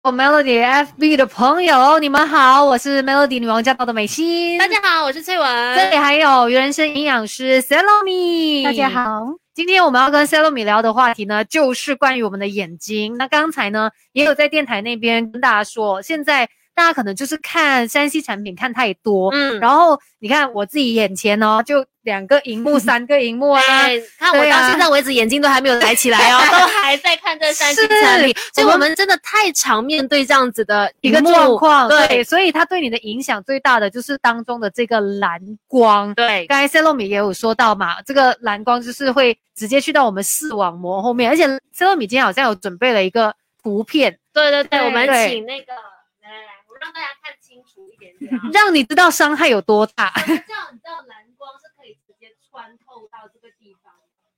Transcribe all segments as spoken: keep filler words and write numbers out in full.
Melody F B 的朋友，你们好，我是 Melody 女王驾到的美心。 大家好，我是翠文。 这里还有人生营养师 Salome。 大家好， 今天我们要跟 Salome 聊的话题呢，就是关于我们的眼睛。那刚才呢，也有在电台那边跟大家说，现在大家可能就是看 三 C 产品看太多，嗯，然后你看我自己眼前哦，就两个荧幕、三个荧幕啊， 对，看我到现在为止眼睛都还没有抬起来哦，都还在看这三 C 产品，所以我们真的太常面对这样子的一个状况， 对， 对，所以它对你的影响最大的就是当中的这个蓝光。 对， 刚才 Salome 也有说到嘛，这个蓝光就是会直接去到我们视网膜后面，而且 Salome 今天好像有准备了一个图片， 对对对，我们请那个来来来，我让大家看清楚一点点， 让你知道伤害有多大。 这样你知道蓝光是可以直接穿透到这个地方。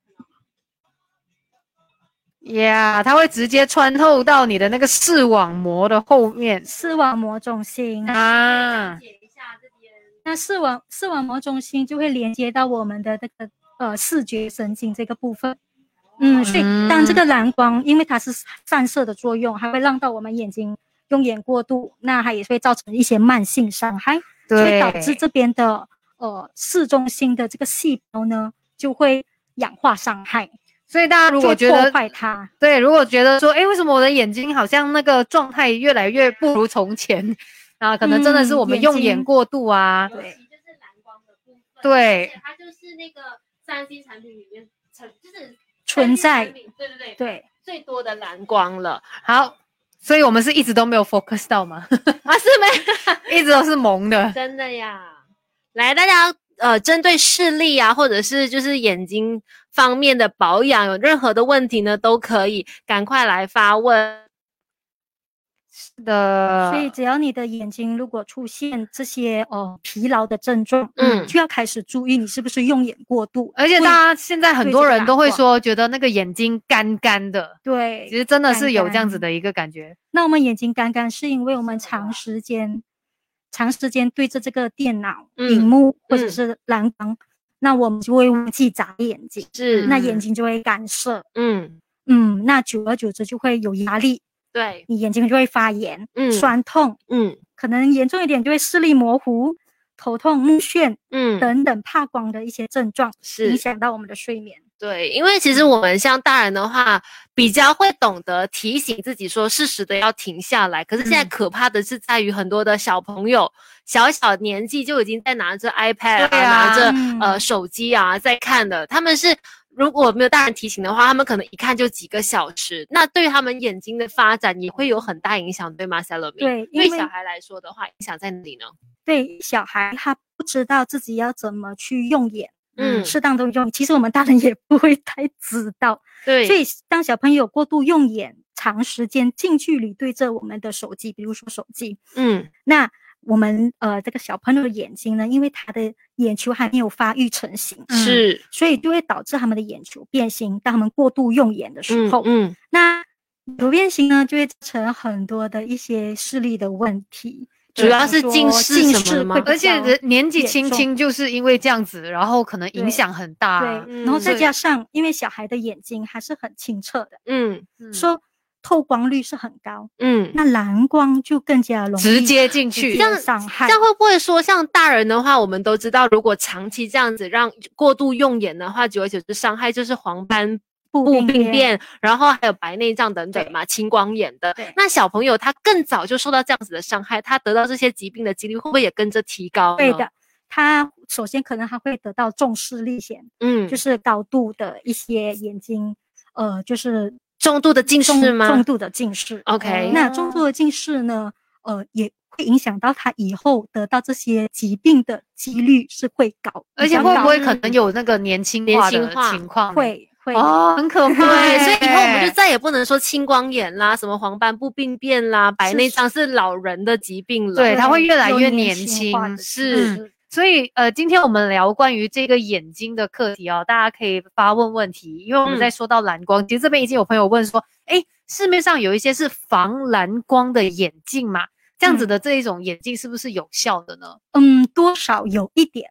呀、yeah, 它会直接穿透到你的那个视网膜的后面， 视网膜中心啊。 解一下这边， 那视网视网膜中心就会连接到我们的这个呃视觉神经这个部分。嗯，所以当这个蓝光，因为它是散射的作用，还会让到我们眼睛用眼过度，那它也会造成一些慢性伤害，所以导致这边的呃视中心的这个细胞呢就会氧化伤害。 所以大家如果觉得破坏它， 对，如果觉得说，哎，为什么我的眼睛好像那个状态越来越不如从前啊？可能真的是我们用眼过度啊。 对、嗯，就是蓝光的部分。 对， 它就是那个三 C 产品里面存，就是存在， 对对对对最多的蓝光了。 好，所以我们是一直都没有 focus 到吗？ 啊，是没， 一直都是蒙的。 真的呀。来，大家。呃，针对视力啊，或者是就是眼睛方面的保养，有任何的问题呢，都可以赶快来发问。 是的， 所以只要你的眼睛如果出现这些呃疲劳的症状， 嗯， 就要开始注意你是不是用眼过度。 而且大家现在很多人都会说，觉得那个眼睛干干的， 对， 其实真的是有这样子的一个感觉。 那我们眼睛干干是因为我们长时间。长时间对着这个电脑荧、嗯、幕或者是蓝光、嗯，那我们就会忘记眨眼睛， 是， 那眼睛就会干涩， 嗯嗯，那久而久之就会有压力， 对， 你眼睛就会发炎， 嗯， 酸痛， 嗯， 可能严重一点就会视力模糊、头痛、目眩， 嗯， 等等怕光的一些症状， 是影响到我们的睡眠。 对，因为其实我们像大人的话，比较会懂得提醒自己说适时的要停下来。可是现在可怕的是在于很多的小朋友，嗯、小小年纪就已经在拿着 iPad 啊，啊拿着、嗯、呃手机啊在看的。他们是如果没有大人提醒的话，他们可能一看就几个小时，那对于他们眼睛的发展也会有很大影响，对吗 ，Salome？ 对， 对小孩来说的话，影响在哪里呢？ 对小孩，他不知道自己要怎么去用眼。 嗯， 适当的用，其实我们大人也不会太知道。 对， 所以当小朋友过度用眼，长时间近距离对着我们的手机，比如说手机， 嗯， 那我们呃这个小朋友的眼睛呢，因为他的眼球还没有发育成型， 是、 嗯，所以就会导致他们的眼球变形。当他们过度用眼的时候， 嗯，嗯那有变形呢，就会造成很多的一些视力的问题。 主要是近视什么的吗？ 而且年纪轻轻就是因为这样子，然后可能影响很大。 对，对嗯、然后再加上因为小孩的眼睛还是很清澈的， 嗯， 说透光率是很高， 嗯， 那蓝光就更加容易直接进去， 这样伤害。 这样会不会说，像大人的话，我们都知道，如果长期这样子让过度用眼的话，久而久之伤害就是黄斑部病变，然后还有白内障等等嘛，青光眼的。那小朋友他更早就受到这样子的伤害，他得到这些疾病的几率会不会也跟着提高呢？ 对的，他首先可能他会得到重视力险， 嗯， 就是高度的一些眼睛，呃，就是重度的近视吗？ 重度的近视。 OK， 那重度的近视呢，呃，也会影响到他以后得到这些疾病的几率是会高， 而且会不会可能有那个年轻化的情况？ 会。会哦，很可怕。 对，所以以后我们就再也不能说青光眼啦、什么黄斑部病变啦、白内障是老人的疾病了。 对，它会越来越年轻。 是、 嗯，所以呃，今天我们聊关于这个眼睛的课题哦，大家可以发问问题，因为我们在说到蓝光，嗯、其实这边已经有朋友问说，哎，市面上有一些是防蓝光的眼镜嘛？这样子的这一种眼镜是不是有效的呢？ 嗯，多少有一点。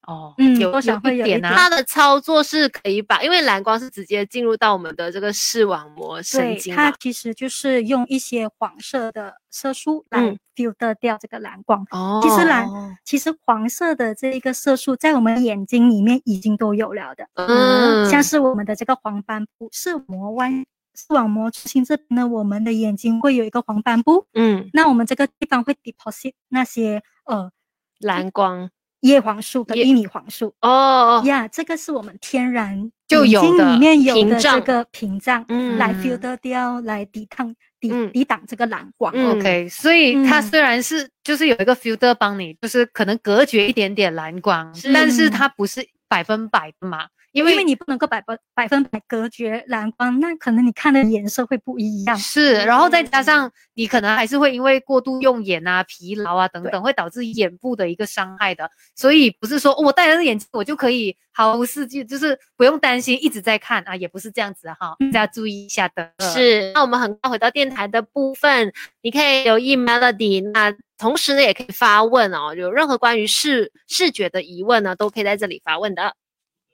哦， 嗯， 有多少会有一点。 有一点啊。 它的操作是可以把，因为蓝光是直接进入到我们的这个视网膜神对， 经嘛， 它其实就是用一些黄色的色素来嗯 filter 掉这个蓝光。 哦， 其实蓝，其实黄色的这一个色素在我们眼睛里面已经都有了的。 嗯， 像是我们的这个黄斑部，视膜外视网膜中心这边呢，我们的眼睛会有一个黄斑部， 嗯， 那我们这个地方会 deposit 那些呃蓝光叶黄素跟叶玉米黄素。 哦， 呀，这个是我们天然就有的眼睛里面有屏障的这个屏障， 嗯来 filter 掉，来抵抗抵嗯抵挡这个蓝光。 嗯 OK，所以它嗯虽然是就是有一个 filter 帮你，就是可能隔绝一点点蓝光， 是但是它不是百分百的嘛，因为因为你不能够百分百分百隔绝蓝光，那可能你看的颜色会不一样。 是，然后再加上你可能还是会因为过度用眼啊、疲劳啊等等，会导致眼部的一个伤害的。所以不是说、哦、我戴了眼镜我就可以毫无事迹，就是不用担心一直在看啊，也不是这样子哈，大家注意一下的。 是，那我们很快回到电台的部分，你可以留意 Melody， 那同时呢也可以发问哦，有任何关于视视觉的疑问呢，都可以在这里发问的。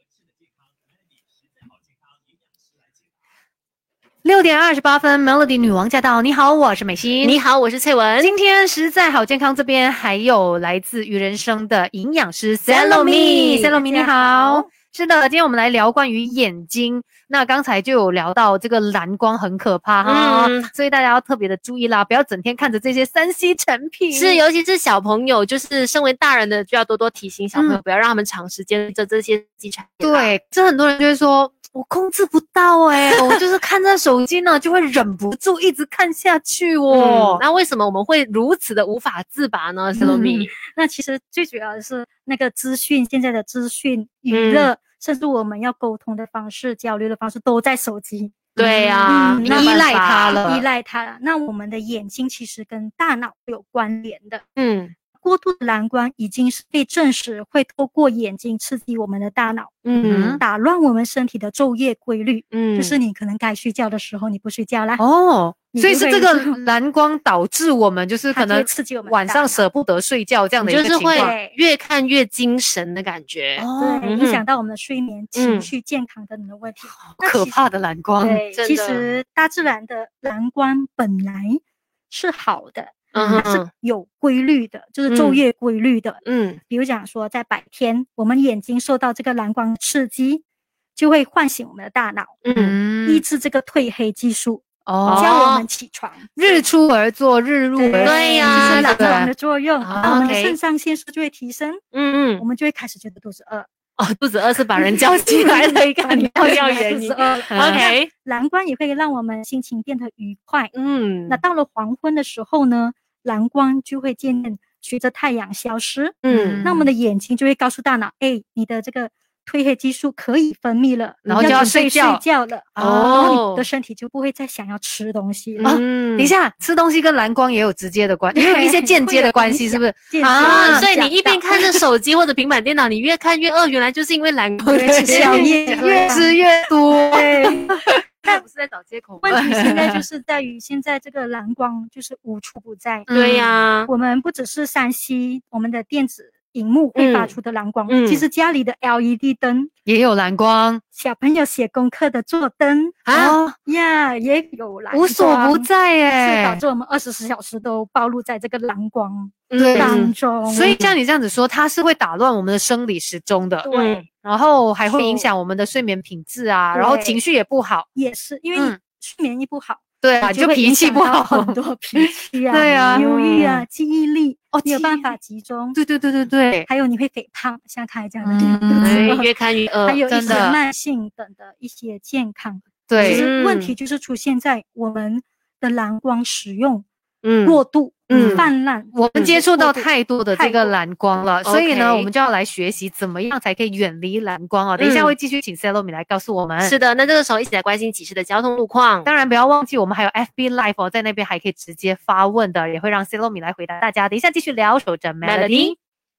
六点二十八分 ，Melody 女王驾到！你好，我是美心。 你好，我是翠文。 今天实在好健康这边还有来自于人生的营养师 Salome Salome，Salome 你好。是的，今天我们来聊关于眼睛。那刚才就有聊到这个蓝光很可怕哈、嗯，所以大家要特别的注意啦，不要整天看着这些三 C 产品。 是，尤其是小朋友，就是身为大人的就要多多提醒小朋友，嗯、不要让他们长时间着这些机产品。 对，这很多人就会说。我控制不到哎、欸，我就是看着手机呢，就会忍不住一直看下去哦、 嗯。那为什么我们会如此的无法自拔呢 ？Salome，、 嗯、那其实最主要的是那个资讯，现在的资讯、娱乐、嗯，甚至我们要沟通的方式、交流的方式都在手机。 对呀、啊嗯， 依赖它了， 依赖它了。那我们的眼睛其实跟大脑有关联的。 嗯。 过度的蓝光已经是被证实会透过眼睛刺激我们的大脑， 嗯， 打乱我们身体的昼夜规律， 嗯， 就是你可能该睡觉的时候你不睡觉啦。 哦，所以是这个蓝光导致我们就是可能刺激我们晚上舍不得睡觉这样的一个情况， 就是会越看越精神的感觉， 哦，对，影响到我们的睡眠、情绪、健康等等的问题。 可怕的蓝光， 对，其实大自然的蓝光本来是好的。 嗯， 它是有规律的，就是昼夜规律的。 嗯， 比如讲说，在白天，我们眼睛受到这个蓝光刺激，就会唤醒我们的大脑， 嗯， 抑制这个褪黑激素， 哦， 叫我们起床。 日出而作，日入而息， 对呀， 就是蓝光的作用， 啊、 那我们的肾上腺素就会提升， 嗯嗯， 我们就会开始觉得肚子饿。 哦，肚子饿是把人叫起来的一个很重要原因。OK， 蓝光也会让我们心情变得愉快。 嗯， 那到了黄昏的时候呢？蓝光就会渐渐随着太阳消失， 嗯， 那我们的眼睛就会告诉大脑，哎，你的这个褪黑激素可以分泌了， 然后就要睡觉睡觉了， 哦， 然后你的身体就不会再想要吃东西了。 嗯， 等一下，吃东西跟蓝光也有直接的关系，也有一些间接的关系，是不是？ 啊，所以你一边看着手机或者平板电脑，你越看越饿，原来就是因为蓝光吃宵夜， 越吃越多。 但不是在找借口， 问题现在就是在于现在这个蓝光就是无处不在。 对呀， 我们不只是三 C， 我们的电子荧幕会发出的蓝光， 嗯、 其实家里的 L E D 灯也有蓝光， 小朋友写功课的座灯啊呀也有蓝光， 无所不在耶， 是导致我们二十四小时都暴露在这个蓝光对当中。 所以像你这样子说，它是会打乱我们的生理时钟的， 对、 嗯，然后还会影响我们的睡眠品质啊，然后情绪也不好， 也是因为你睡眠一不好。 对啊，就脾气不好， 很多脾气啊， 对啊， 忧郁啊，记忆力哦， 没有办法集中， 对对对对对， 还有你会肥胖，像他这样的， 嗯，越看越饿， 还有一些慢性等的一些健康， 对， 其实问题就是出现在我们的蓝光使用嗯过度。 嗯， 泛滥， 我们接触到太多的这个蓝光了，所以呢， okay 我们就要来学习怎么样才可以远离蓝光啊。等一下会继续请 Salome 来告诉我们。 是的，那这个时候一起来关心集市的交通路况。 当然不要忘记，我们还有 F B Live 哦，在那边还可以直接发问的，也会让 Salome 来回答大家。等一下继续聊，守着 Melody。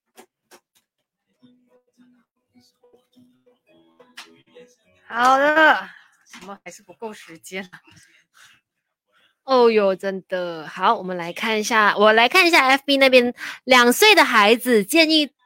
好的，什么还是不够时间？ 哦哟，真的好，我们来看一下，我来看一下 F B 那边，两岁的孩子建议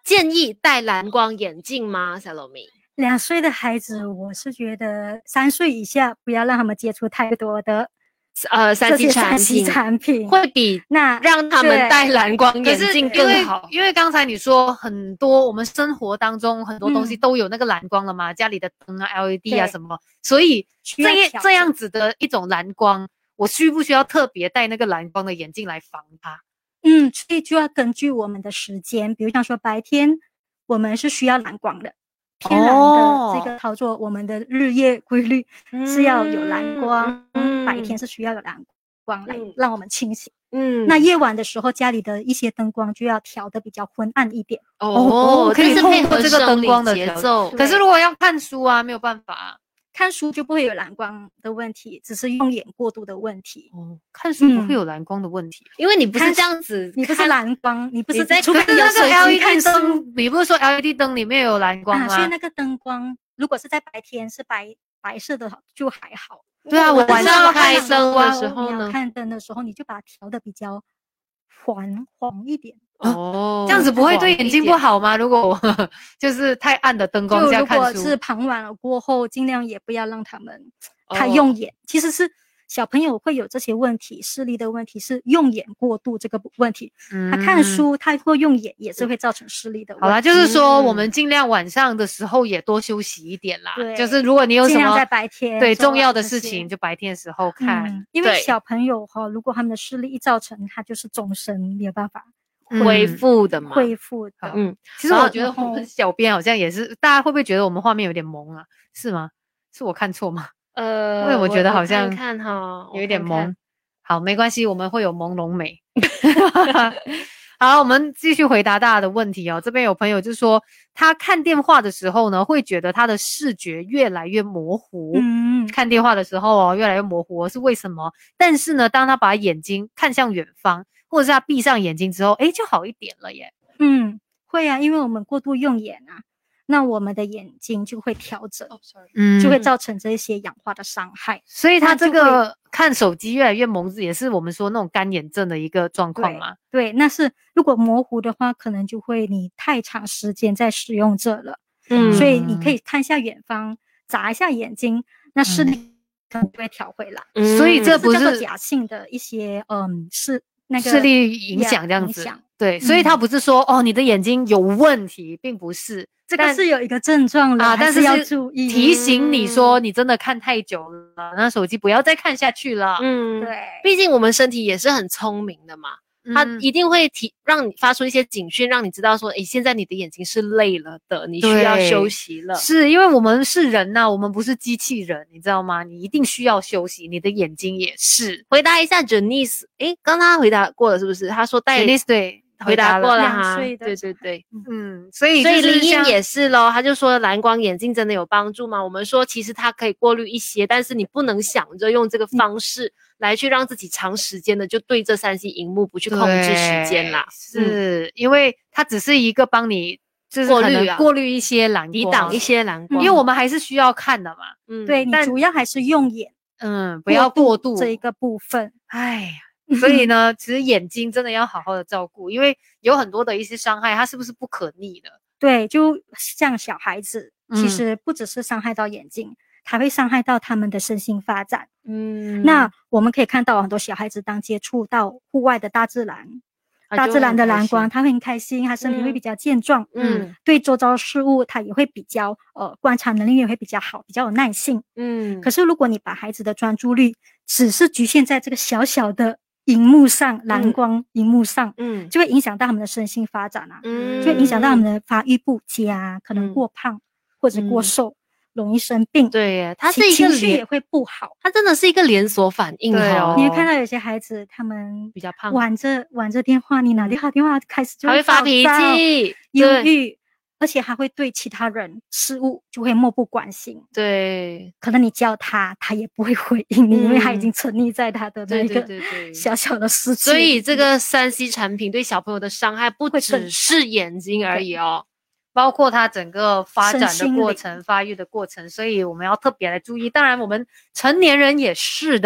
建议戴蓝光眼镜吗 Salome？ 两岁的孩子，我是觉得三岁以下不要让他们接触太多的呃三 C 产品， 产品会比那让他们戴蓝光眼镜更好。 因为刚才你说很多我们生活当中很多东西都有那个蓝光了嘛，嗯、家里的灯啊 L E D 啊什么，所以这这样子的一种蓝光，我需不需要特别戴那个蓝光的眼镜来防它？ 嗯，所以就要根据我们的时间，比如像说白天我们是需要蓝光的。天然的这个操作，哦、我们的日夜规律是要有蓝光，嗯、白天是需要有蓝光来让我们清醒。嗯，那夜晚的时候，家里的一些灯光就要调的比较昏暗一点。 哦， 可以配合这个灯光的节奏。 可是如果要看书啊，没有办法。 看书就不会有蓝光的问题，只是用眼过度的问题。 哦，看书不会有蓝光的问题， 嗯、因为你不是这样子， 你不是蓝光，你不是在除非那个 L E D 灯，你不是说 L E D 灯里面有蓝光吗？ 啊，所以那个灯光如果是在白天是白白色的就还好。 对啊，我晚上开灯的时候呢， 看灯的时候你就把它调的比较黄黄一点。 哦，这样子不会对眼睛不好吗？如果我就是太暗的灯光下看书， 如果是傍晚了过后，尽量也不要让他们太用眼。哦、其实是小朋友会有这些问题，视力的问题是用眼过度这个问题。嗯、他看书太过用眼也是会造成视力的问题。 好啦，就是说我们尽量晚上的时候也多休息一点啦。对，就是如果你有什么在白天对重要的事情，就白天的时候看。嗯、 因为小朋友哈，如果他们的视力一造成，他就是终身没有办法。 恢复的嘛， 恢复的。 嗯，其实我觉得我们小编好像也是，大家会不会觉得我们画面有点蒙啊？是吗？是我看错吗？ 呃， 因为我觉得好像看哈有一点蒙。好，没关系，我们会有朦胧美。好，我们继续回答大家的问题哦。这边有朋友就说，他看电话的时候呢，会觉得他的视觉越来越模糊。嗯，看电话的时候哦，越来越模糊，是为什么？但是呢，当他把眼睛看向远方，或者是他闭上眼睛之后，诶，就好一点了耶。 嗯，会啊，因为我们过度用眼啊，那我们的眼睛就会调整， oh, sorry. 嗯，就会造成这些氧化的伤害。 所以他这个看手机越来越蒙，也是我们说那种干眼症的一个状况吗？ 对，对，那是如果模糊的话，可能就会你太长时间在使用这了。嗯，所以你可以看一下远方，眨一下眼睛，那视力可能就会调回来。 嗯，所以这不是叫做假性的一些嗯是。那个视力影响这样子，对，所以他不是说、嗯、哦你的眼睛有问题，并不是， 这个是有一个症状的啊， 但是要注意提醒你说你真的看太久了，那手机不要再看下去了。 嗯，对，毕竟我们身体也是很聪明的嘛。它一定会提让你发出一些警讯，让你知道说，诶，现在你的眼睛是累了的，你需要休息了。 是因为我们是人呐、啊，我们不是机器人，你知道吗？你一定需要休息，你的眼睛也是。 回答一下 Janice， 诶，刚刚他回答过了是不是？他说戴 Janice 对。 回答过了哈， 对对对， 嗯，所以所以林英也是咯，他就说蓝光眼镜真的有帮助吗？我们说其实它可以过滤一些，但是你不能想着用这个方式来去让自己长时间的就对这三 C 荧幕不去控制时间啦， 是、嗯、因为它只是一个帮你就是过滤啊， 过滤一些蓝光， 抵挡一些蓝光， 因为我们还是需要看的嘛， 嗯，对，你主要还是用眼， 嗯，不要过度这一个部分， 哎呀。所以呢，其实眼睛真的要好好的照顾，因为有很多的一些伤害，它是不是不可逆的？ 对，就像小孩子，嗯、其实不只是伤害到眼睛，它会伤害到他们的身心发展。嗯，那我们可以看到很多小孩子当接触到户外的大自然，大自然的蓝光，他会很开心，他身体会比较健壮。嗯，对周遭事物他也会比较呃观察能力也会比较好，比较有耐性。嗯，可是如果你把孩子的专注力只是局限在这个小小的荧幕上，蓝光荧幕上，嗯，就会影响到他们的身心发展啊，嗯，就会影响到他们的发育不佳，可能过胖、嗯、或者过瘦、嗯，容易生病。 对耶，它是一个情绪也会不好， 它真的是一个连锁反应哦。 你会看到有些孩子他们比较胖， 玩着玩着电话，你拿电话电话开始就会发脾气、 忧郁。而且还会对其他人事物就会漠不关心， 对， 可能你叫他，他也不会回应你，嗯、因为他已经沉溺在他的那个小小的世界。 所以这个三 C 产品对小朋友的伤害不只是眼睛而已哦， 包括他整个发展的过程、发育的过程，所以我们要特别来注意。当然，我们成年人也是的。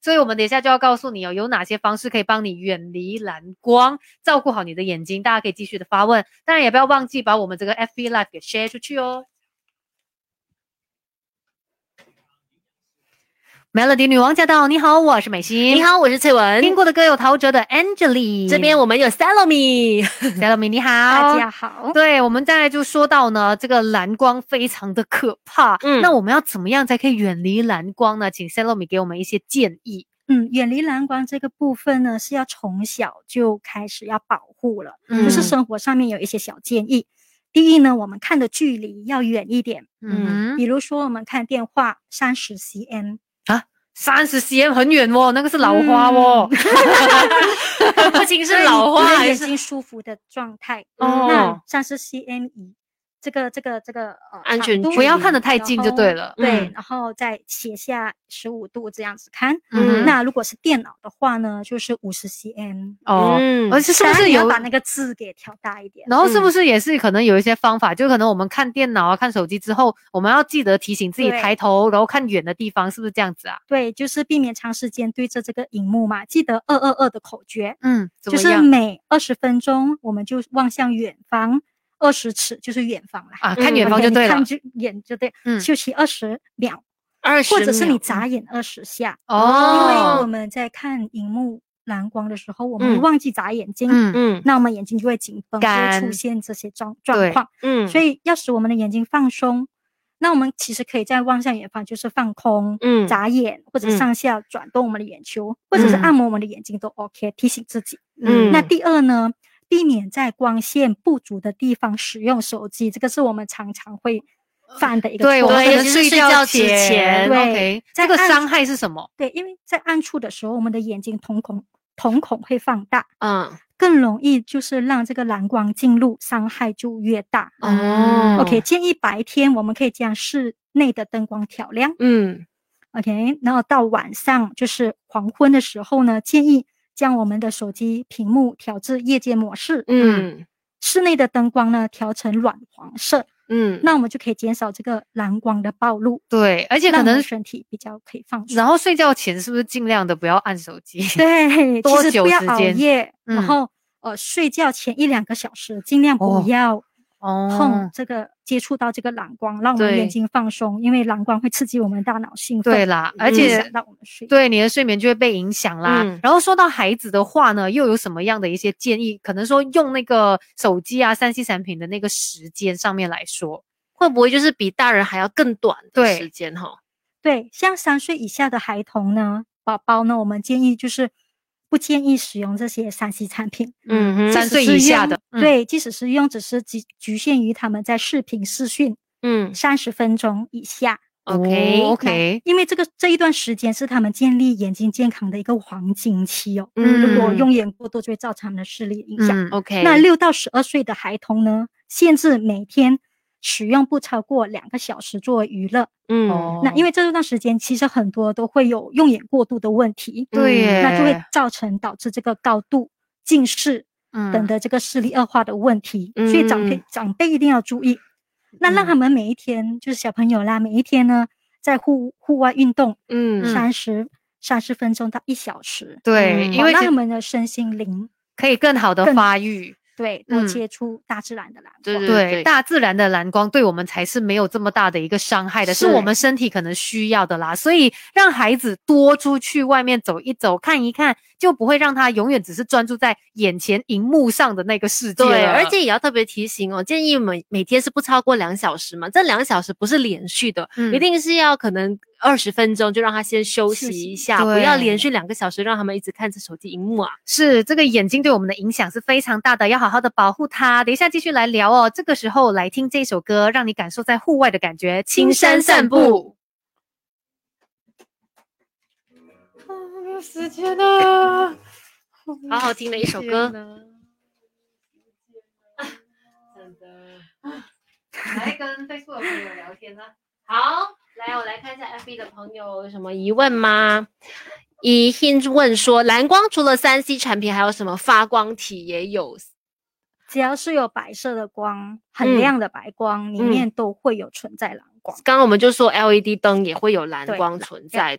所以我们等一下就要告诉你哦，有哪些方式可以帮你远离蓝光，照顾好你的眼睛。大家可以继续的发问，当然也不要忘记把我们这个 F B Live 给 share 出去哦。Melody 女王驾到！你好，我是美心。 你好，我是翠文。 听过的歌有陶喆的 Angeli， 这边我们有 Salome。Salome 你好， 大家好。 对，我们再来就说到呢，这个蓝光非常的可怕。嗯，那我们要怎么样才可以远离蓝光呢？请 Salome 给我们一些建议。 嗯，远离蓝光这个部分呢，是要从小就开始要保护了。嗯，就是生活上面有一些小建议。第一呢，我们看的距离要远一点。嗯，比如说我们看电话三十 cm。 啊，三十 cm 很远哦，那个是老花哦， 嗯、不仅是老花，还是眼睛舒服的状态。哦，那三十 cm 以这个这个这个呃安全距离不要看得太近就对了。 对，嗯、然后再斜下十五度这样子看。嗯，那如果是电脑的话呢，就是五十 cm。 哦，嗯，而且是不是有把那个字给调大一点？ 然后是不是也是可能有一些方法？嗯、就可能我们看电脑啊、看手机之后，我们要记得提醒自己抬头，然后看远的地方，是不是这样子啊？ 对，就是避免长时间对着这个荧幕嘛。记得二二二的口诀。 嗯， 就是每二十分钟我们就望向远方。二十尺就是远方啦， 啊，看远方就对了， 看就远就对，嗯，休息二十秒， 二十， 或者是你眨眼二十下， 哦， 因为我们在看荧幕蓝光的时候，我们忘记眨眼睛，嗯嗯，那我们眼睛就会紧绷，就会出现这些状状况，嗯，所以要使我们的眼睛放松，那我们其实可以在望向远方，就是放空，嗯，眨眼或者上下转动我们的眼球，或者是按摩我们的眼睛都 OK， 提醒自己，嗯，那第二呢？避免在光线不足的地方使用手机，这个是我们常常会犯的一个错误。 对，我们可能睡觉之前， 对， okay, 这个伤害是什么？ 对，因为在暗处的时候，我们的眼睛瞳孔瞳孔会放大，嗯，更容易就是让这个蓝光进入，伤害就越大。哦 ，OK， 建议白天我们可以将室内的灯光调亮，嗯 ，OK， 然后到晚上就是黄昏的时候呢，建议将我们的手机屏幕调至夜间模式，嗯，室内的灯光呢调成暖黄色，嗯，那我们就可以减少这个蓝光的暴露， 对，而且可能身体比较可以放松。 然后睡觉前是不是尽量的不要按手机？ 对， 多久时间？ 其实不要熬夜，嗯、然后呃睡觉前一两个小时尽量不要碰这个、哦、接触到这个蓝光，让我们眼睛放松，因为蓝光会刺激我们大脑兴奋， 对啦，而且让我们睡， 对你的睡眠就会被影响啦、嗯。然后说到孩子的话呢，又有什么样的一些建议？可能说用那个手机啊、三 C 产品的那个时间上面来说， 会不会就是比大人还要更短的时间哈？ 对，像三岁以下的孩童呢，宝宝呢，我们建议就是不建议使用这些三 C 产品。 嗯哼，三岁以下的， 嗯、对，即使是用，只是局局限于他们在视频视讯，嗯，三十分钟以下。 OK OK， 因为这个这一段时间是他们建立眼睛健康的一个黄金期哦。嗯，如果用眼过多，就会造成他们的视力影响。 嗯、OK， 那六到十二岁的孩童呢，限制每天使用不超过两个小时作为娱乐。嗯，那因为这段时间其实很多都会有用眼过度的问题， 对、嗯， 那就会造成导致这个高度近视等的这个视力恶化的问题，嗯、所以长辈长辈一定要注意。那让他们每一天、嗯、就是小朋友啦，每一天呢在户户外运动，嗯，三十三十分钟到一小时， 对， 嗯、 因为让他们的身心灵可以更好的发育。 对，多接触大自然的蓝光、 嗯、对, 对, 对，大自然的蓝光对我们才是没有这么大的一个伤害的，是我们身体可能需要的啦。所以让孩子多出去外面走一走，看一看，就不会让他永远只是专注在眼前荧幕上的那个世界了。 对，而且也要特别提醒哦，建议每每天是不超过两小时嘛，这两小时不是连续的，嗯、一定是要可能二十分钟就让他先休息一下，不要连续两个小时让他们一直看着手机荧幕啊。 是，这个眼睛对我们的影响是非常大的，要好好的保护它。等一下继续来聊哦，这个时候来听这首歌，让你感受在户外的感觉，青山散步。 啊，没有时间了，好好听的一首歌。 啊、真的，来跟 Facebook 的朋友聊天呢。 好，来，我来看一下 F B 的朋友有什么疑问吗？一 Hinge 问说，蓝光除了 三 C 产品，还有什么发光体也有？ 只要是有白色的光，很亮的白光，嗯、里面都会有存在蓝光。 刚刚我们就说 L E D 灯也会有蓝光存在的。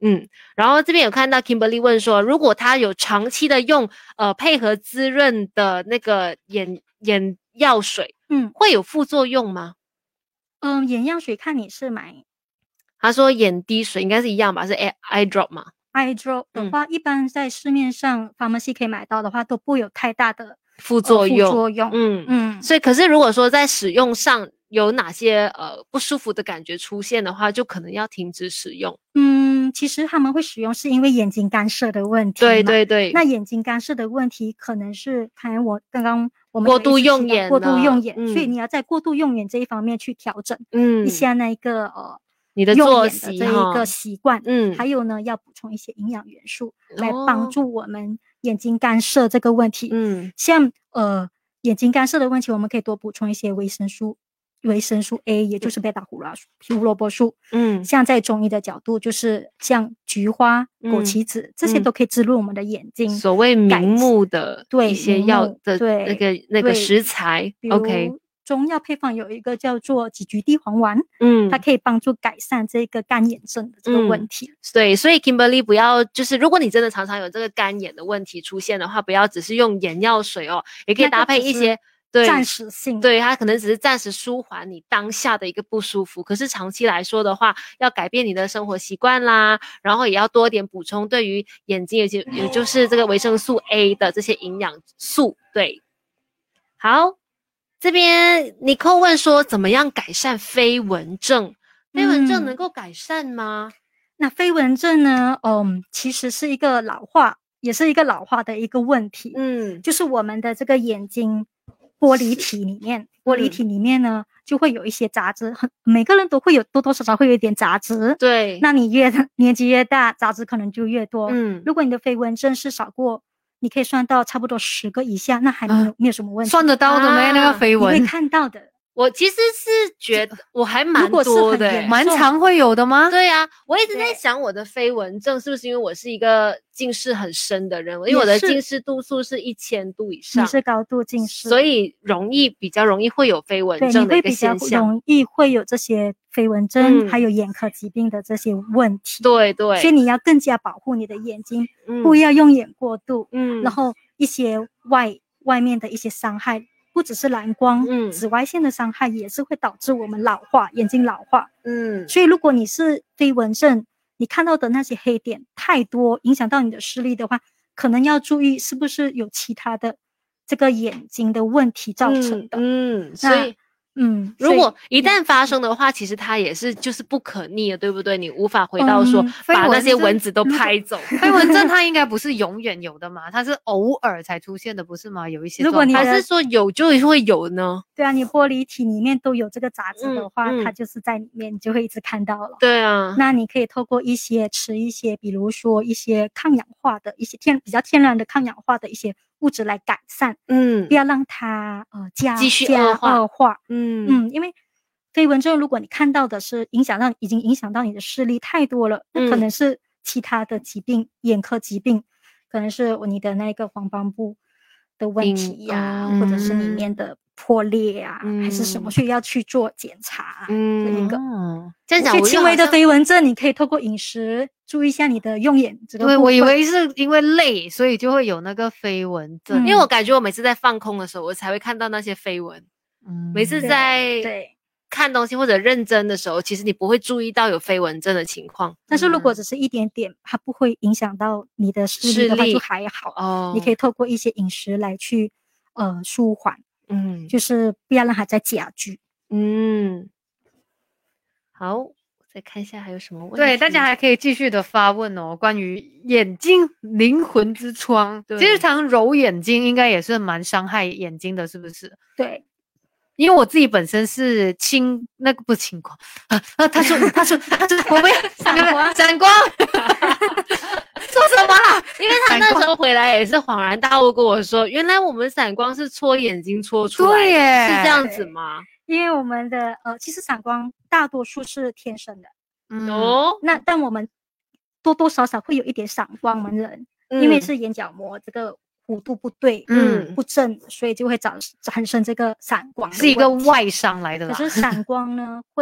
嗯，然后这边有看到 Kimberly 问说，如果他有长期的用呃配合滋润的那个眼眼药水， 嗯， 会有副作用吗？ 嗯，眼药水看你是买， 他说眼滴水应该是一样吧，是 eye eye drop 嘛 eye drop 的话，嗯、一般在市面上 pharmacy 可以买到的话，都不会有太大的副作用。 呃、副作用， 嗯嗯，所以可是如果说在使用上有哪些呃不舒服的感觉出现的话，就可能要停止使用。 嗯，其实他们会使用是因为眼睛干涉的问题。 对对对。 那眼睛干涉的问题可能是，看我刚刚我们过度用眼， 过度用眼、 嗯， 所以你要在过度用眼这一方面去调整， 嗯， 一下那个呃你的作息这一个习惯， 嗯， 还有呢要补充一些营养元素、哦、来帮助我们眼睛干涉这个问题。 嗯， 像呃眼睛干涉的问题，我们可以多补充一些维生素。维生素 A， 也就是贝塔胡萝胡萝卜素， 嗯， 像在中医的角度，就是像菊花、枸杞子、嗯、这些都可以滋润我们的眼睛。 所谓明目的一些药的那个那个食材 ，OK。 中药配方有一个叫做杞菊地黄丸， 嗯， 它可以帮助改善这个干眼症的这个问题。 嗯、对，所以 Kimberly 不要就是，如果你真的常常有这个干眼的问题出现的话，不要只是用眼药水哦，也可以搭配一些。对， 暂时性， 对，它可能只是暂时舒缓你当下的一个不舒服，可是长期来说的话，要改变你的生活习惯啦，然后也要多点补充对于眼睛，也就也就是这个维生素 A 的这些营养素。对，好，这边 Nicole 问说，怎么样改善飞蚊症？飞蚊症能够改善吗？ 嗯、那飞蚊症呢？嗯，其实是一个老化。也是一个老化的一个问题， 嗯， 就是我们的这个眼睛玻璃体里面，玻璃体里面呢、嗯、就会有一些杂质，每个人都会有多多少少会有一点杂质， 对， 那你越年纪越大，杂质可能就越多， 嗯， 如果你的飞蚊症是少过，你可以算到差不多十个以下，那还没有、啊、没有什么问题， 算得到的没、啊、那个飞蚊， 你会看到的。 我其实是觉得我还蛮多的、欸， 蛮常会有的吗？ 对啊，我一直在想我的飞蚊症是不是因为我是一个近视很深的人，因为我的近视度数是一千度以上， 你是高度近视， 所以容易比较容易会有飞蚊症的一个现象， 对，你会比较容易会有这些飞蚊症、嗯，还有眼科疾病的这些问题。 对对， 所以你要更加保护你的眼睛，嗯、不要用眼过度， 嗯， 然后一些外外面的一些伤害。不只是蓝光、嗯、紫外线的伤害也是会导致我们老化，眼睛老化。 嗯， 所以如果你是飞蚊症，你看到的那些黑点太多，影响到你的视力的话，可能要注意是不是有其他的这个眼睛的问题造成的。 嗯，嗯所以嗯， 如果一旦发生的话，其实它也是就是不可逆的，对不对？你无法回到说、嗯、把那些蚊子都拍走。 飞蚊症它应该不是永远有的嘛，它是偶尔才出现的，不是吗？有一些， 如果你还是说有就会有呢？ 对啊，你玻璃体里面都有这个杂质的话、嗯嗯，它就是在里面，你就会一直看到了。 对啊， 那你可以透过一些吃一些，比如说一些抗氧化的一些天比较天然的抗氧化的一些物质来改善， 嗯， 不要让它呃加继续恶化， 恶化， 嗯嗯，因为飞蚊症如果你看到的是影响到已经影响到你的视力太多了，那可能是其他的疾病，眼科疾病，可能是你的那个黄斑部的问题呀、啊嗯，或者是里面的破裂啊、嗯，还是什么，所以要去做检查。 嗯， 这一个， 这样讲， 我轻微的飞蚊症，你可以透过饮食注意一下你的用眼这个部分。 对，我以为是因为累，所以就会有那个飞蚊症、 嗯，因为我感觉我每次在放空的时候，我才会看到那些飞蚊。嗯，每次在对看东西或者认真的时候，其实你不会注意到有飞蚊症的情况。 但是如果只是一点点，它不会影响到你的视力的话，就还好。 哦， 你可以透过一些饮食来去呃舒缓， 嗯， 就是不要让它再加剧。 嗯，好，再看一下还有什么问题。 对，大家还可以继续的发问哦，关于眼睛灵魂之窗，其实常揉眼睛应该也是蛮伤害眼睛的，是不是？ 对。 因为我自己本身是青那个不青光啊啊，他说他说他说我们闪光闪光，说什么啦？ 因为他那时候回来也是恍然大悟跟我说，原来我们闪光是戳眼睛戳出来的， 对耶， 是这样子吗？ 因为我们的呃，其实闪光大多数是天生的， 嗯哦， 那但我们多多少少会有一点闪光门人，嗯、因为是眼角膜这个弧度不对， 嗯， 不正，所以就会长产生这个闪光， 是一个外伤来的啦。 可是闪光呢，会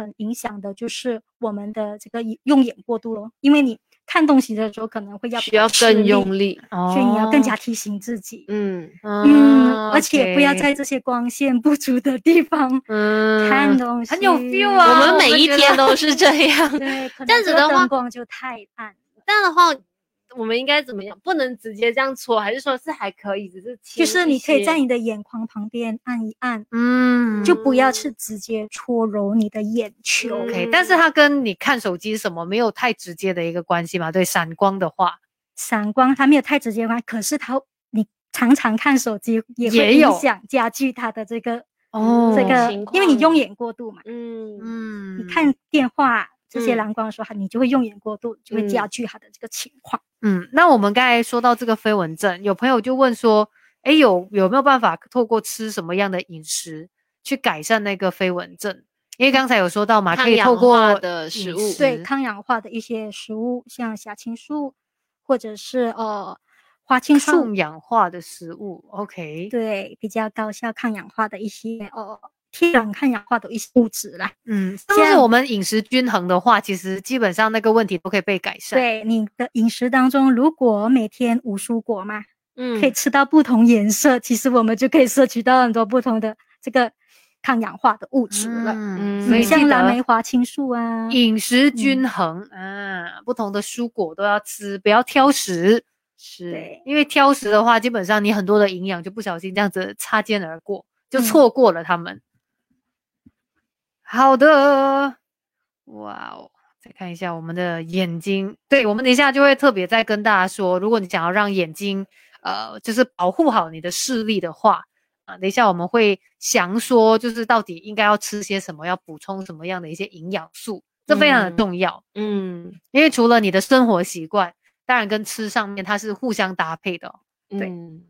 很影响的就是我们的这个用眼过度咯，因为你看东西的时候可能会要需要更用力， 所以你要更加提醒自己。 嗯嗯，而且不要在这些光线不足的地方嗯看东西， 很有 feel 啊。 我们每一天都是这样。 对， 这样子的话灯光就太暗。 这样的话我们应该怎么样？不能直接这样搓，还是说是还可以，只是就是你可以在你的眼眶旁边按一按， 嗯， 就不要是直接搓揉你的眼球。 嗯、OK， 但是它跟你看手机什么没有太直接的一个关系嘛？对，闪光的话， 闪光它没有太直接关系，可是它你常常看手机也会影响加剧它的这个哦这个，因为你用眼过度嘛， 嗯嗯， 你看电话这些蓝光的时候，嗯、你就会用眼过度，就会加剧它的这个情况。 嗯，那我们刚才说到这个飞蚊症，有朋友就问说，诶，有有没有办法透过吃什么样的饮食去改善那个飞蚊症？因为刚才有说到嘛，可以透过的食物， 对，抗氧化的一些食物，像虾青素或者是呃花青素， 抗氧化的食物 ，OK， 对，比较高效抗氧化的一些呃。天然抗氧化的一些物质啦， 嗯，就是我们饮食均衡的话，其实基本上那个问题都可以被改善。 对，你的饮食当中，如果每天五蔬果嘛， 嗯， 可以吃到不同颜色，其实我们就可以摄取到很多不同的这个抗氧化的物质了。 嗯， 所以像蓝莓花青素啊， 饮食均衡、嗯、啊，不同的蔬果都要吃，不要挑食。是，因为挑食的话，基本上你很多的营养就不小心这样子擦肩而过，就错过了它们。嗯好的，哇哦！再看一下我们的眼睛，对，我们等一下就会特别再跟大家说，如果你想要让眼睛，呃，就是保护好你的视力的话，啊，等一下我们会详说，就是到底应该要吃些什么，要补充什么样的一些营养素，这非常的重要。 嗯，嗯因为除了你的生活习惯，当然跟吃上面它是互相搭配的、哦。对， 嗯、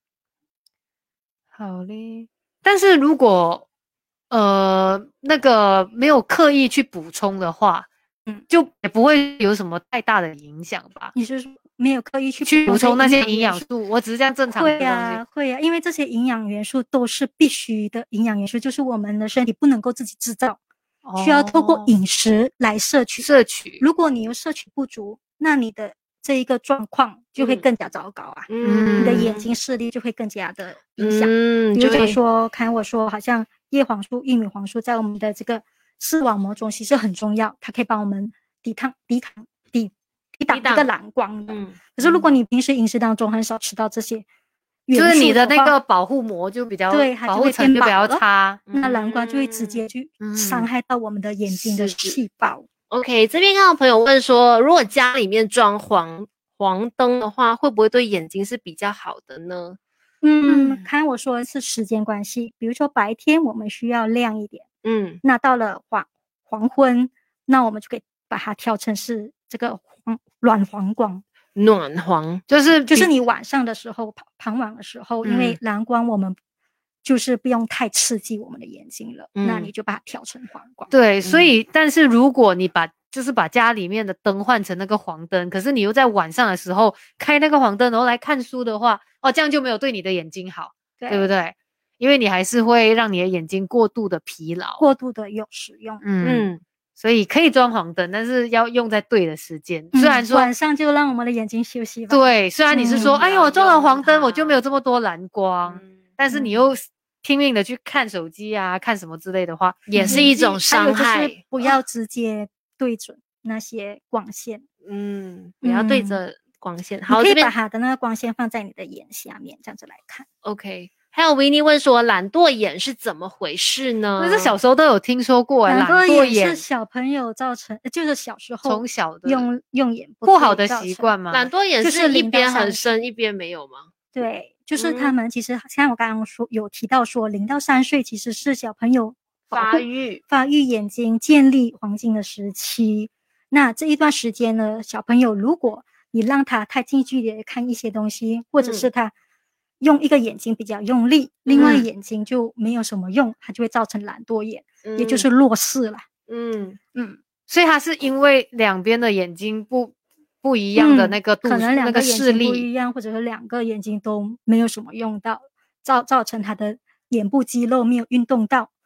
好嘞。但是如果呃，那个没有刻意去补充的话，嗯，就也不会有什么太大的影响吧？ 你是说没有刻意去去补充那些营养素？我只是这样正常的东西。 会啊，会啊，因为这些营养元素都是必须的营养元素，就是我们的身体不能够自己制造，哦、需要透过饮食来摄取。 摄取， 如果你又摄取不足，那你的这一个状况就会更加糟糕啊！ 嗯， 你的眼睛视力就会更加的影响。 嗯， 比如说，看我说，好像叶黄素、玉米黄素在我们的这个视网膜中其实很重要，它可以帮我们抵抗、抵抗、抵抵挡这个蓝光的。嗯，可是如果你平时饮食当中很少吃到这些， 就是你的那个保护膜就比较对， 保护层就比较差， 那蓝光就会直接去伤害到我们的眼睛的细胞。 嗯、OK， 这边看到朋友问说，如果家里面装黄黄灯的话，会不会对眼睛是比较好的呢？ 嗯，看我说的是时间关系，比如说白天我们需要亮一点，嗯，那到了黄黄昏，那我们就可以把它调成是这个黄暖黄光。 暖黄就是就是你晚上的时候，傍晚的时候，嗯、因为蓝光我们就是不用太刺激我们的眼睛了，嗯、那你就把它调成黄光。 对，所以、嗯、但是如果你把就是把家里面的灯换成那个黄灯，可是你又在晚上的时候开那个黄灯，然后来看书的话，哦，这样就没有对你的眼睛好， 对, 对不对？因为你还是会让你的眼睛过度的疲劳， 过度的用使用， 嗯。嗯，所以可以装黄灯，但是要用在对的时间。虽然说、 嗯、晚上就让我们的眼睛休息吧。 对，虽然你是说，嗯、哎呦，我装了黄灯，我就没有这么多蓝光，嗯、但是你又拼命的去看手机啊，看什么之类的话， 也是一种伤害。 还有就是不要直接对准那些光线， 嗯，不要对着光线。 嗯、 好， 你可以把它的那个光线放在你的眼下面，这样子来看。 OK。还有维尼问说，懒惰眼是怎么回事呢？ 那是小时候都有听说过、欸， 懒惰眼是小朋友造成，就是小时候从小的用用眼不好的习惯吗？ 懒惰眼是一边很深，一边没有吗？ 对，就是他们其实像我刚刚说有提到说，零到三岁其实是小朋友发育发育眼睛建立黄金的时期。那这一段时间呢，小朋友如果你让他太近距离的看一些东西，或者是他、嗯用一个眼睛比较用力，另外眼睛就没有什么用，嗯、它就会造成懒惰眼，嗯、也就是弱视了。 嗯嗯，所以它是因为两边的眼睛不不一样的那个度数、嗯， 可能两个眼睛不一样，或者是两个眼睛都没有什么用到，造造成他的眼部肌肉没有运动到，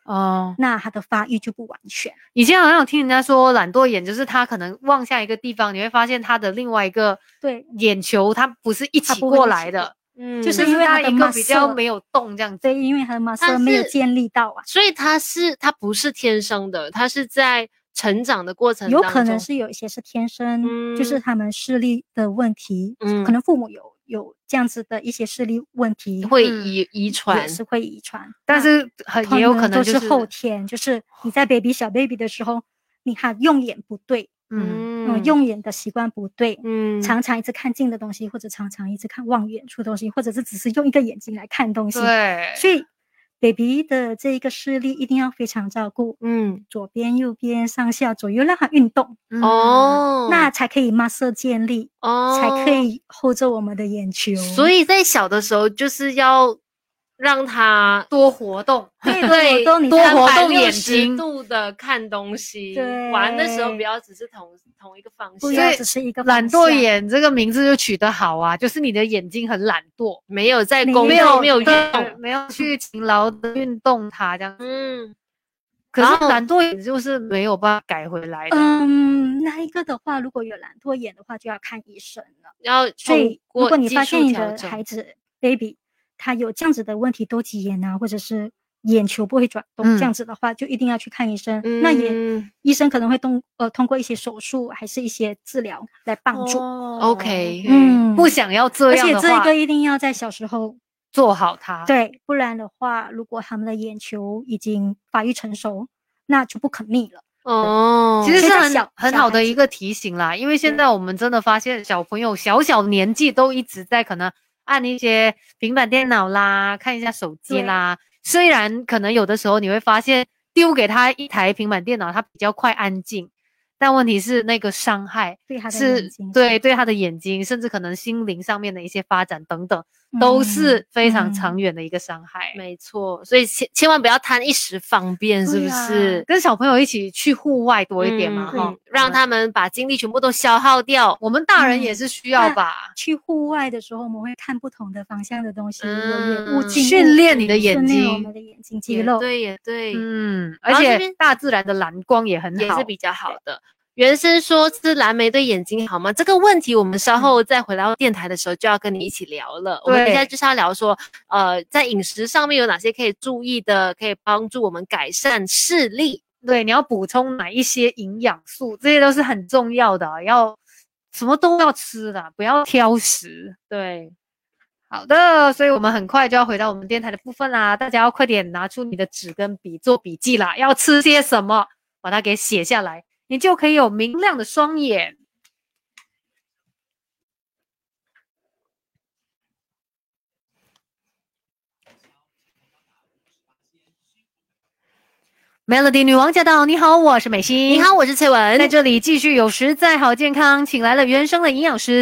哦，那它的发育就不完全。 以前好像有听人家说懒惰眼，就是他可能望向一个地方，你会发现他的另外一个对眼球它不是一起过来的， 嗯，就是因为它一个比较没有动这样子。 对，因为它的 muscle 没有建立到啊， 所以它是它不是天生的，它是在成长的过程当中， 有可能是有一些是天生，嗯、就是他们视力的问题，嗯，可能父母有有这样子的一些视力问题， 会遗遗传， 也是会遗传， 但是很也有可能就是后天，就是你在 baby 小 baby 的时候，你看用眼不对，嗯, 嗯用眼的习惯不对，嗯，常常一直看近的东西，或者常常一直看望远处的东西，或者是只是用一个眼睛来看东西， 对， 所以。baby 的这一个视力一定要非常照顾，嗯，左边、右边、上下左右让它运动，哦，那才可以 muscle 建立，哦，才可以 hold 着我们的眼球。 所以在小的时候就是要让它多活动， 对对， 多活动眼睛度的看东西，对，玩的时候不要只是同同一个方向， 不要只是一个懒惰眼这个名字就取得好啊，就是你的眼睛很懒惰， 没有在工作，没有没有运动， 没有去勤劳的运动它这样，嗯。可是懒惰眼就是没有办法改回来的。 嗯，那一个的话，如果有懒惰眼的话，就要看医生了。 要所以，如果你发现你的孩子 baby 他有这样子的问题，多极眼啊，或者是眼球不会转动、嗯、这样子的话，就一定要去看医生。嗯、那也医生可能会通呃通过一些手术，还是一些治疗来帮助。 哦、OK， 嗯，不想要这样的话， 而且这个一定要在小时候。 做好它， 对，不然的话，如果他们的眼球已经发育成熟，那就不可逆了。 哦，其实是很很好的一个提醒啦，因为现在我们真的发现小朋友小小年纪都一直在可能按一些平板电脑啦，看一下手机啦。虽然可能有的时候你会发现丢给他一台平板电脑，他比较快安静。但问题是那个伤害对他的眼睛， 对对他的眼睛，甚至可能心灵上面的一些发展等等，嗯、都是非常长远的一个伤害。 嗯、没错，所以千千万不要贪一时方便，是不是？ 啊、跟小朋友一起去户外多一点嘛，哈、 嗯，让他们把精力全部都消耗掉。 我们大人也是需要吧。 嗯、去户外的时候，我们会看不同的方向的东西，有远物近， 训练你的眼睛， 训练我们的眼睛肌肉。 对，也对， 嗯，而且大自然的蓝光也很好， 也是比较好的。原生说是蓝莓对眼睛好吗？这个问题我们稍后再回到电台的时候就要跟你一起聊了。我们现在就是要聊说，呃，在饮食上面有哪些可以注意的，可以帮助我们改善视力。 对，你要补充哪一些营养素，这些都是很重要的，要什么都要吃的，不要挑食。 对， 好的，所以我们很快就要回到我们电台的部分啦，大家要快点拿出你的纸跟笔做笔记啦，要吃些什么，把它给写下来。你就可以有明亮的双眼。Melody 女王驾到！你好，我是美心。 你好，我是翠文。 在这里继续有实在好健康，请来了原生的营养师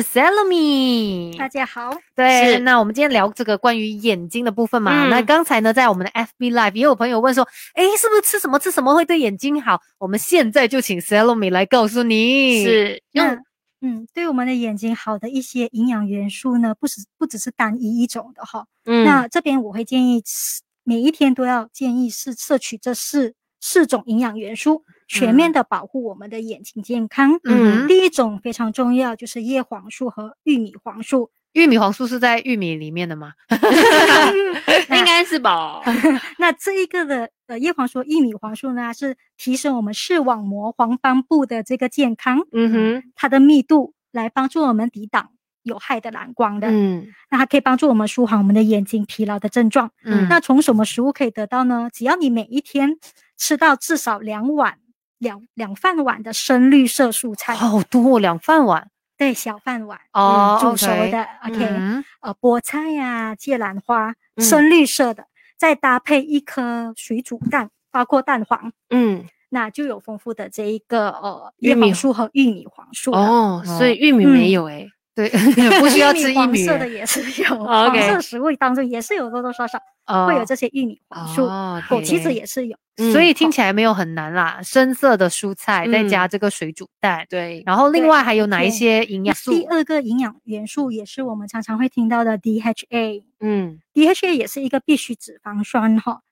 Salome。 大家好。 对，那我们今天聊这个关于眼睛的部分嘛。嗯、那刚才呢，在我们的 F B Live 也有朋友问说，诶，是不是吃什么吃什么会对眼睛好？我们现在就请 Salome 来告诉你。 是， 用嗯，对我们的眼睛好的一些营养元素呢，不是不只是单一一种的哈。嗯，那这边我会建议每一天都要建议是摄取这四。四种营养元素，全面的保护我们的眼睛健康。嗯，第一种非常重要，就是叶黄素和玉米黄素。 玉米黄素是在玉米里面的吗？ 应该是吧。 那这一个的呃叶黄素、玉米黄素呢，是提升我们视网膜黄斑部的这个健康。嗯哼，它的密度来帮助我们抵挡有害的蓝光的。嗯，那它可以帮助我们舒缓我们的眼睛疲劳的症状。嗯，那从什么食物可以得到呢？只要你每一天吃到至少两碗两两饭碗的深绿色蔬菜。 好多，两饭碗。 对，小饭碗哦、 嗯，煮熟的 OK, okay、嗯、呃，菠菜呀、啊、芥兰花、嗯、深绿色的，再搭配一颗水煮蛋，包括蛋黄，嗯，那就有丰富的这一个呃叶黄素和玉米黄素哦，所以玉米没有诶、欸嗯对，不需要吃玉米。 黄色的也是有， okay. 黄色食物当中也是有多多少少、oh. 会有这些玉米黄素，枸杞子也是有、 嗯，所以听起来没有很难啦。深色的蔬菜、嗯、再加这个水煮蛋， 对。 然后另外还有哪一些营养素？ 第二个营养元素也是我们常常会听到的 D H A， 嗯 ，D H A 也是一个必需脂肪酸哈。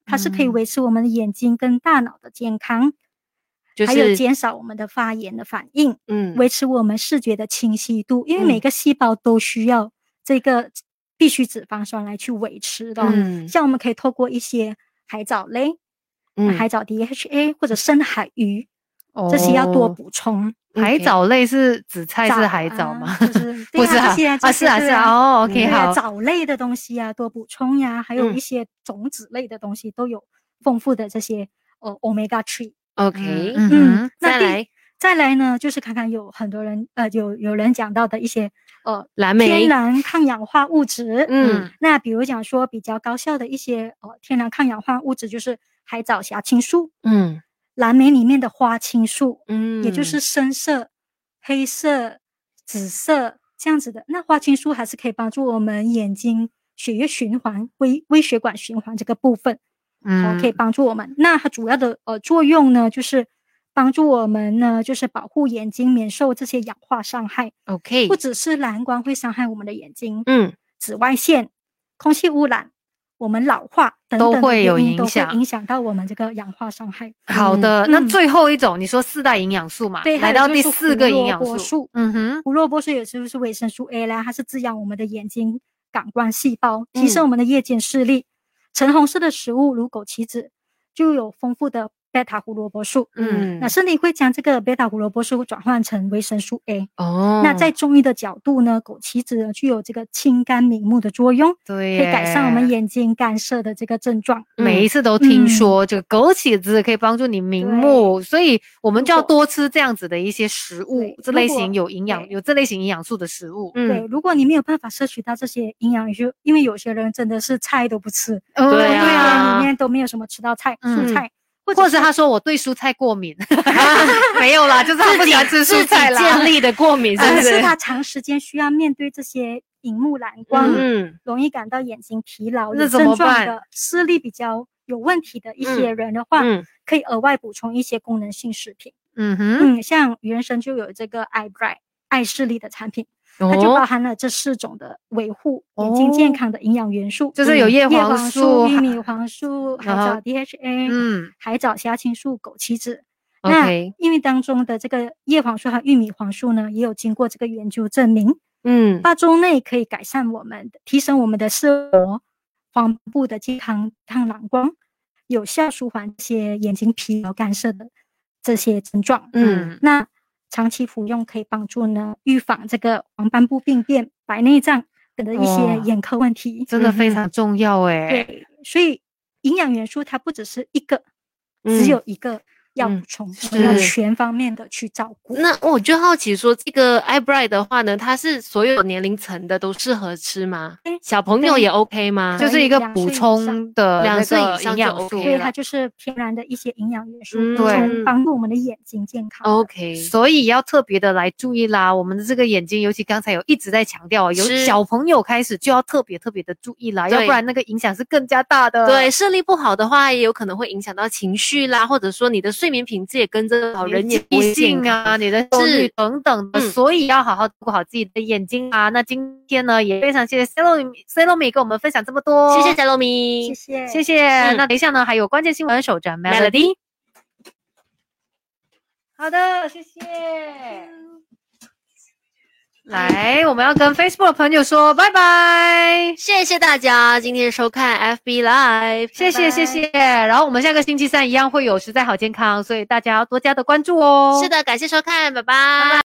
它是可以维持我们的眼睛跟大脑的健康， 就是还有减少我们的发炎的反应， 嗯， 维持我们视觉的清晰度，因为每个细胞都需要这个必需脂肪酸来去维持的、哦嗯、 像我们可以透过一些海藻类、嗯、海藻 D H A 或者深海鱼、哦、这些要多补充。 海藻类是紫菜是海藻吗？ 啊、就是不是啊， 这些啊是啊是啊哦 OK 好， 藻类的东西啊多补充呀，还有一些种子类的东西都有丰富的这些呃 omega 三。 OK， 嗯， 嗯那再来再来呢，就是看看有很多人呃有有人讲到的一些呃蓝莓天然抗氧化物质。 嗯， 那比如讲说比较高效的一些呃天然抗氧化物质就是海藻虾青素， 嗯， 蓝莓里面的花青素， 嗯， 也就是深色、黑色、紫色这样子的。那花青素还是可以帮助我们眼睛血液循环、微微血管循环这个部分。嗯、哦，可以帮助我们。那它主要的呃作用呢，就是帮助我们呢，就是保护眼睛免受这些氧化伤害。 OK， 不只是蓝光会伤害我们的眼睛， 嗯， 紫外线、空气污染、我们老化等等都会有影响，都会影响到我们这个氧化伤害。 好的，嗯、那最后一种，你说四大营养素嘛， 对， 来到第四个营养素， 嗯哼， 胡萝卜素也就是维生素 A 啦，它是滋养我们的眼睛感官细胞，提升我们的夜间视力。嗯橙红色的食物如枸杞子就有丰富的贝塔胡萝卜素，嗯，那身体会将这个贝塔胡萝卜素转换成维生素 A。哦，那在中医的角度呢，枸杞子呢具有这个清肝明目的作用， 对， 可以改善我们眼睛干涩的这个症状。 每一次都听说、嗯、这个枸杞子可以帮助你明目，所以我们就要多吃这样子的一些食物，这类型有营养、有这类型营养素的食物。 嗯，对，如果你没有办法摄取到这些营养素，因为有些人真的是菜都不吃， 对啊， 对啊，里面都没有什么吃到菜、嗯、蔬菜。 或者是他说我对蔬菜过敏，没有啦，就是他不喜欢吃蔬菜啦， 建立的过敏是不是？ 是他长时间需要面对这些荧幕蓝光，嗯，容易感到眼睛疲劳、有症状的、视力比较有问题的一些人的话，嗯嗯、可以额外补充一些功能性食品。嗯哼，嗯，像原生就有这个 Eye Bright 爱视力的产品。它就包含了这四种的维护眼睛健康的营养元素， 哦、就是有叶黄素、 玉米黄素、海藻 D H A、嗯，海藻虾青素、枸杞子。Okay. 那因为当中的这个叶黄素和玉米黄素呢，也有经过这个研究证明，嗯，八周内可以改善我们提升我们的视膜、黄部的健康抗蓝光，有效舒缓这些眼睛疲劳干涉的这些症状。嗯，那长期服用可以帮助呢预防这个黄斑部病变、白内障等的一些眼科问题， 真的非常重要哎、 嗯。对，所以营养元素它不只是一个，嗯、只有一个要补充，嗯、要全方面的去照顾。 那我就好奇说，这个 Eye Bright 的话呢，它是所有年龄层的都适合吃吗？小朋友也 OK 吗？ 就是一个补充的两岁以上就 OK 了， 对，它就是天然的一些营养元素，对、嗯，帮助我们的眼睛健康。 OK， 所以要特别的来注意啦，我们的这个眼睛，尤其刚才有一直在强调，有小朋友开始就要特别特别的注意啦，要不然那个影响是更加大的。 对，视力不好的话，也有可能会影响到情绪啦，或者说你的睡眠品质也跟着好，人也不会健康啊，你的焦虑等等的、嗯，所以要好好顾好自己的眼睛啊。那今天呢，也非常谢谢 Salome 跟我们分享这么多， 谢谢 Salome， 谢谢谢谢、嗯。那等一下呢，还有关键新闻守着 Melody。好的，谢谢。来，我们要跟 Facebook 的朋友说拜拜， 谢谢大家今天收看 F B Live， 谢谢谢谢。然后我们下个星期三一样会有实在好健康，所以大家要多加的关注哦。 是的，感谢收看，拜拜。拜拜。